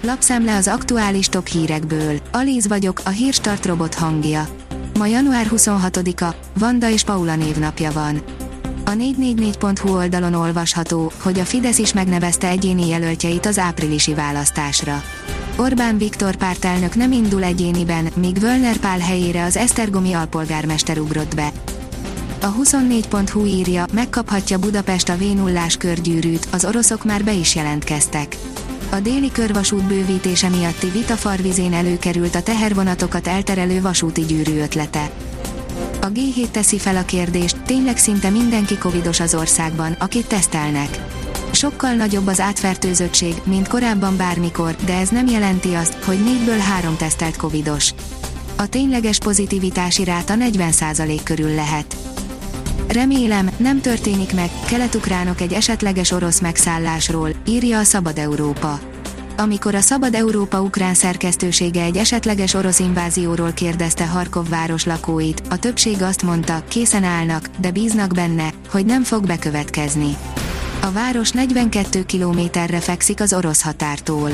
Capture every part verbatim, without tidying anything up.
Lapszemle az aktuális top hírekből. Alíz vagyok, a Hírstart robot hangja. Ma január huszonhatodika, Vanda és Paula névnapja van. A négy négy négy pont hu oldalon olvasható, hogy a Fidesz is megnevezte egyéni jelöltjeit az áprilisi választásra. Orbán Viktor pártelnök nem indul egyéniben, míg Völner Pál helyére az esztergomi alpolgármester ugrott be. A huszonnégy pont hu írja, megkaphatja Budapest a vé nullás körgyűrűt, az oroszok már be is jelentkeztek. A déli körvasút bővítése miatti vita farvizén előkerült a tehervonatokat elterelő vasúti gyűrű ötlete. A gé hét teszi fel a kérdést, tényleg szinte mindenki covidos az országban, akit tesztelnek. Sokkal nagyobb az átfertőzöttség, mint korábban bármikor, de ez nem jelenti azt, hogy négyből három tesztelt covidos. A tényleges pozitivitási ráta negyven százalék körül lehet. Remélem, nem történik meg, kelet-ukránok egy esetleges orosz megszállásról, írja a Szabad Európa. Amikor a Szabad Európa ukrán szerkesztősége egy esetleges orosz invázióról kérdezte Harkov város lakóit, a többség azt mondta, készen állnak, de bíznak benne, hogy nem fog bekövetkezni. A város negyvenkét kilométerre fekszik az orosz határtól.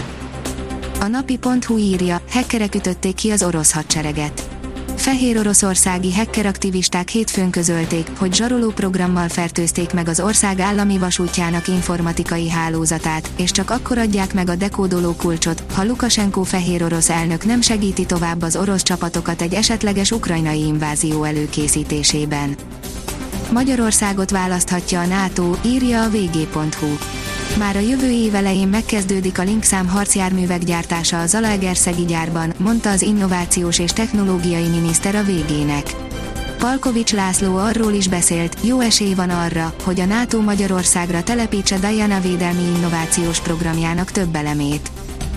A napi pont hu írja, hackerek ütötték ki az orosz hadsereget. Fehér oroszországi hackeraktivisták hétfőn közölték, hogy zsaroló programmal fertőzték meg az ország állami vasútjának informatikai hálózatát, és csak akkor adják meg a dekódoló kulcsot, ha Lukasenko fehér orosz elnök nem segíti tovább az orosz csapatokat egy esetleges ukrajnai invázió előkészítésében. Magyarországot választhatja a NATO, írja a vg pont hu. Már a jövő év elején megkezdődik a Linkszám harcjárművek gyártása a Zalaegerszegi gyárban, mondta az innovációs és technológiai miniszter a vé gének. Palkovics László arról is beszélt, jó esély van arra, hogy a NATO Magyarországra telepítse Diana védelmi innovációs programjának több elemét.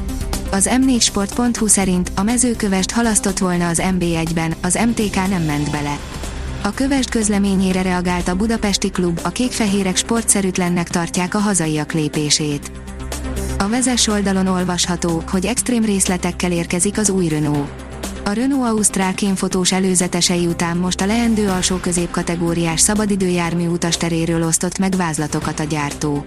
Az em négy sport pont hu szerint a Mezőkövesd halasztott volna az en bé egyben, az em té ká nem ment bele. A Kövesd közleményére reagált a budapesti klub, a kékfehérek sportszerűtlennek tartják a hazaiak lépését. A Vezess oldalon olvasható, hogy extrém részletekkel érkezik az új Renault. A Renault Ausztrál kémfotós előzetesei után most a leendő alsó középkategóriás szabadidőjármű utasteréről osztott meg vázlatokat a gyártó.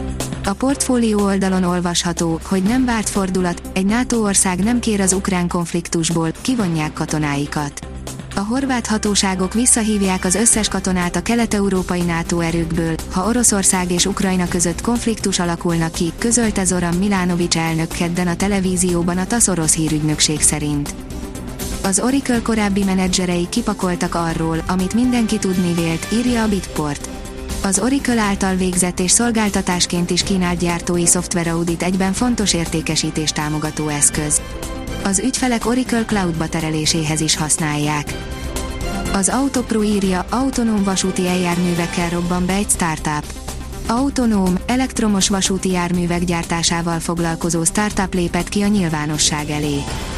A Portfólió oldalon olvasható, hogy nem várt fordulat, egy NATO ország nem kér az ukrán konfliktusból, kivonják katonáikat. A horvát hatóságok visszahívják az összes katonát a kelet-európai NATO erőkből, ha Oroszország és Ukrajna között konfliktus alakulna ki, közölte Zoran Milanović elnök kedden a televízióban a TASZ orosz hírügynökség szerint. Az Oracle korábbi menedzserei kipakoltak arról, amit mindenki tudni vélt, írja a Bitport. Az Oracle által végzett és szolgáltatásként is kínált gyártói szoftveraudit egyben fontos értékesítés támogató eszköz. Az ügyfelek Oracle Cloudba tereléséhez is használják. Az Autopro írja, autonóm vasúti eljárművekkel robban be egy startup. Autonóm, elektromos vasúti járművek gyártásával foglalkozó startup lépett ki a nyilvánosság elé.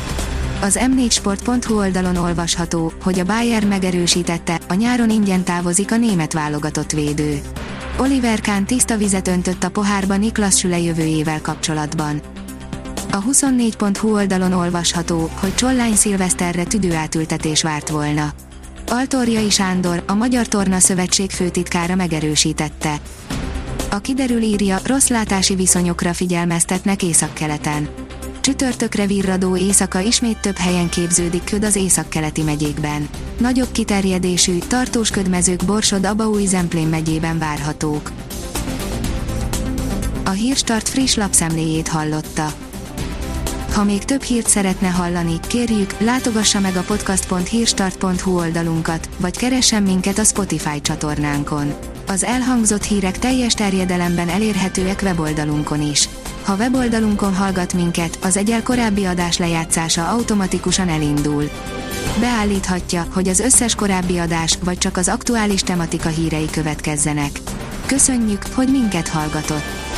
Az em négy sport pont hu oldalon olvasható, hogy a Bayern megerősítette, a nyáron ingyen távozik a német válogatott védő. Oliver Kahn tiszta vizet öntött a pohárba Niklas Süle jövőjével kapcsolatban. A huszonnégy pont hu oldalon olvasható, hogy Csollány Szilveszterre tüdőátültetés várt volna. Altorjai Sándor, a Magyar Torna Szövetség főtitkára megerősítette. A Kiderül írja, rossz látási viszonyokra figyelmeztetnek északkeleten. Csütörtökre virradó éjszaka ismét több helyen képződik köd az északkeleti megyékben. Nagyobb kiterjedésű, tartós ködmezők Borsod-Abaúj-Zemplén megyében várhatók. A Hírstart friss lapszemléjét hallotta. Ha még több hírt szeretne hallani, kérjük, látogassa meg a podcast pont hírstart pont hu oldalunkat, vagy keressen minket a Spotify csatornánkon. Az elhangzott hírek teljes terjedelemben elérhetőek weboldalunkon is. Ha weboldalunkon hallgat minket, az egyel korábbi adás lejátszása automatikusan elindul. Beállíthatja, hogy az összes korábbi adás, vagy csak az aktuális tematika hírei következzenek. Köszönjük, hogy minket hallgatott!